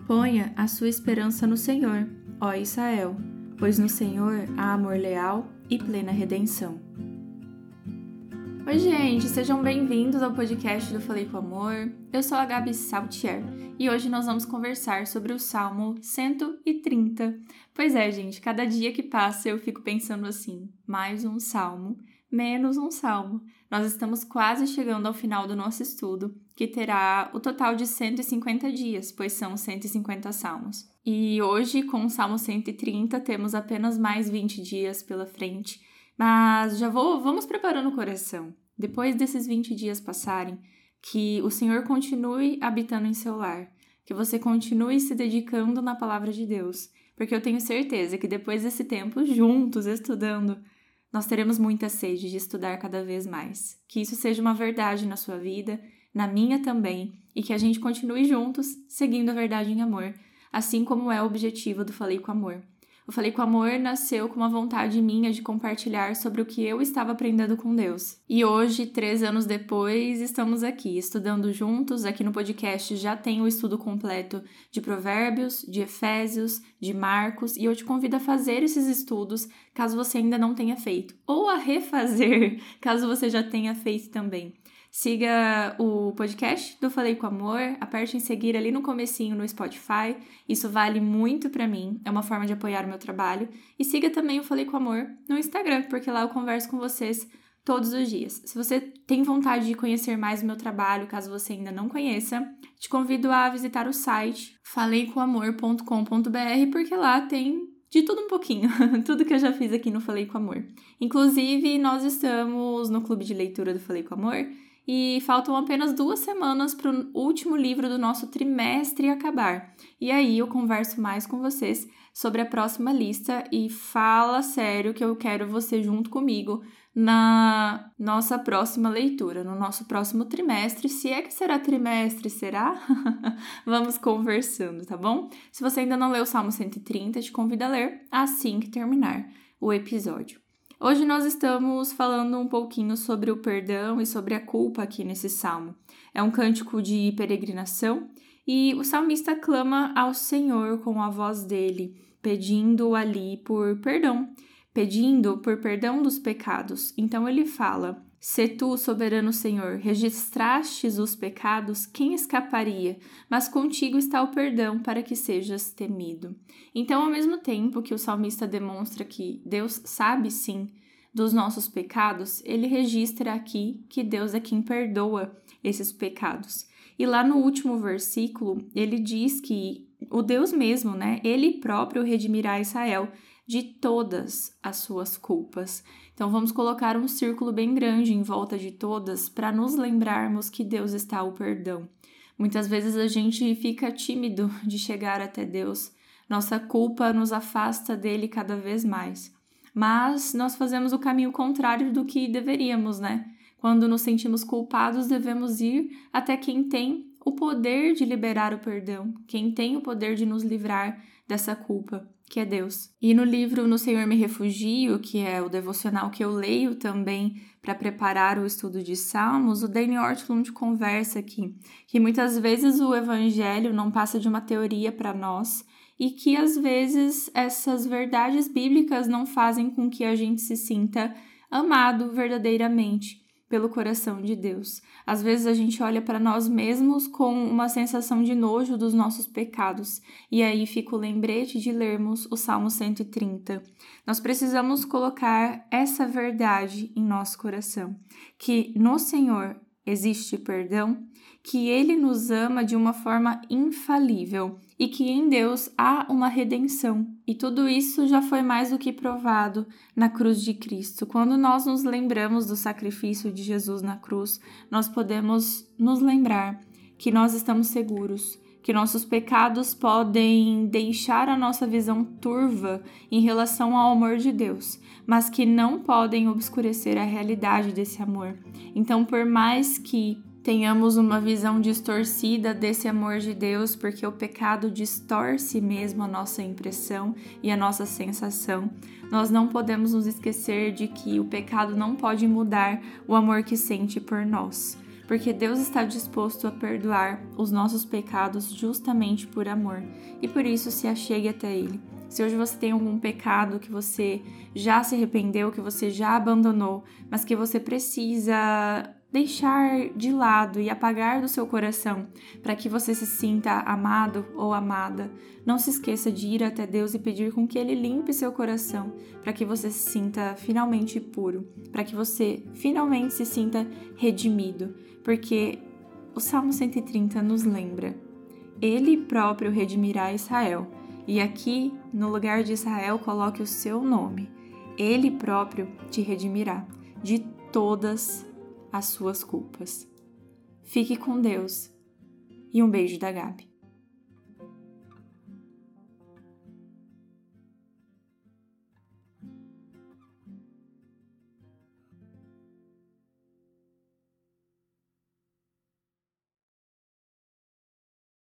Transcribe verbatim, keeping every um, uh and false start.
Ponha a sua esperança no Senhor, ó Israel, pois no Senhor há amor leal e plena redenção. Oi gente, sejam bem-vindos ao podcast do Falei com Amor. Eu sou a Gabi Saltier e hoje nós vamos conversar sobre o Salmo cento e trinta. Pois é, gente, cada dia que passa eu fico pensando assim, mais um salmo, menos um salmo. Nós estamos quase chegando ao final do nosso estudo, que terá o total de cento e cinquenta dias, pois são cento e cinquenta salmos. E hoje, com o Salmo cento e trinta, temos apenas mais vinte dias pela frente, mas já vou, vamos preparando o coração. Depois desses vinte dias passarem, que o Senhor continue habitando em seu lar, que você continue se dedicando na palavra de Deus, porque eu tenho certeza que depois desse tempo, juntos, estudando, nós teremos muita sede de estudar cada vez mais. Que isso seja uma verdade na sua vida, na minha também, e que a gente continue juntos, seguindo a verdade em amor, assim como é o objetivo do Falei com Amor. O Falei com Amor nasceu com uma vontade minha de compartilhar sobre o que eu estava aprendendo com Deus. E hoje, três anos depois, estamos aqui, estudando juntos. Aqui no podcast já tem o estudo completo de Provérbios, de Efésios, de Marcos, e eu te convido a fazer esses estudos, caso você ainda não tenha feito, ou a refazer, caso você já tenha feito também. Siga o podcast do Falei com Amor, aperte em seguir ali no comecinho no Spotify, isso vale muito pra mim, é uma forma de apoiar o meu trabalho. E siga também o Falei com Amor no Instagram, porque lá eu converso com vocês todos os dias. Se você tem vontade de conhecer mais o meu trabalho, caso você ainda não conheça, te convido a visitar o site falei com amor ponto com ponto b r, porque lá tem de tudo um pouquinho, tudo que eu já fiz aqui no Falei com Amor. Inclusive, nós estamos no clube de leitura do Falei com Amor, e faltam apenas duas semanas para o último livro do nosso trimestre acabar. E aí eu converso mais com vocês sobre a próxima lista e fala sério que eu quero você junto comigo na nossa próxima leitura, no nosso próximo trimestre. Se é que será trimestre, será? Vamos conversando, tá bom? Se você ainda não leu o Salmo cento e trinta, te convido a ler assim que terminar o episódio. Hoje nós estamos falando um pouquinho sobre o perdão e sobre a culpa aqui nesse salmo. É um cântico de peregrinação e o salmista clama ao Senhor com a voz dele, pedindo ali por perdão, pedindo por perdão dos pecados. Então ele fala: se tu, soberano Senhor, registrastes os pecados, quem escaparia? Mas contigo está o perdão para que sejas temido. Então, ao mesmo tempo que o salmista demonstra que Deus sabe sim dos nossos pecados, ele registra aqui que Deus é quem perdoa esses pecados. E lá no último versículo, ele diz que o Deus mesmo, né, ele próprio redimirá Israel de todas as suas culpas. Então vamos colocar um círculo bem grande em volta de todas para nos lembrarmos que Deus está ao perdão. Muitas vezes a gente fica tímido de chegar até Deus. Nossa culpa nos afasta dele cada vez mais. Mas nós fazemos o caminho contrário do que deveríamos, né? Quando nos sentimos culpados, devemos ir até quem tem o poder de liberar o perdão, quem tem o poder de nos livrar dessa culpa, que é Deus. E no livro No Senhor Me Refugio, que é o devocional que eu leio também para preparar o estudo de Salmos, o Dane Ortlund conversa aqui que muitas vezes o evangelho não passa de uma teoria para nós e que às vezes essas verdades bíblicas não fazem com que a gente se sinta amado verdadeiramente pelo coração de Deus. Às vezes a gente olha para nós mesmos com uma sensação de nojo dos nossos pecados. E aí fica o lembrete de lermos o Salmo cento e trinta. Nós precisamos colocar essa verdade em nosso coração, que no Senhor existe perdão, que Ele nos ama de uma forma infalível e que em Deus há uma redenção. E tudo isso já foi mais do que provado na cruz de Cristo. Quando nós nos lembramos do sacrifício de Jesus na cruz, nós podemos nos lembrar que nós estamos seguros, que nossos pecados podem deixar a nossa visão turva em relação ao amor de Deus, mas que não podem obscurecer a realidade desse amor. Então, por mais que tenhamos uma visão distorcida desse amor de Deus, porque o pecado distorce mesmo a nossa impressão e a nossa sensação, nós não podemos nos esquecer de que o pecado não pode mudar o amor que sente por nós. porque Deus está disposto a perdoar os nossos pecados justamente por amor, e por isso se achegue até Ele. Se hoje você tem algum pecado que você já se arrependeu, que você já abandonou, mas que você precisa deixar de lado e apagar do seu coração para que você se sinta amado ou amada, não se esqueça de ir até Deus e pedir com que Ele limpe seu coração para que você se sinta finalmente puro, para que você finalmente se sinta redimido, porque o Salmo cento e trinta nos lembra: Ele próprio redimirá Israel. E aqui, no lugar de Israel, coloque o seu nome. Ele próprio te redimirá de todas as suas culpas. Fique com Deus e um beijo da Gabi.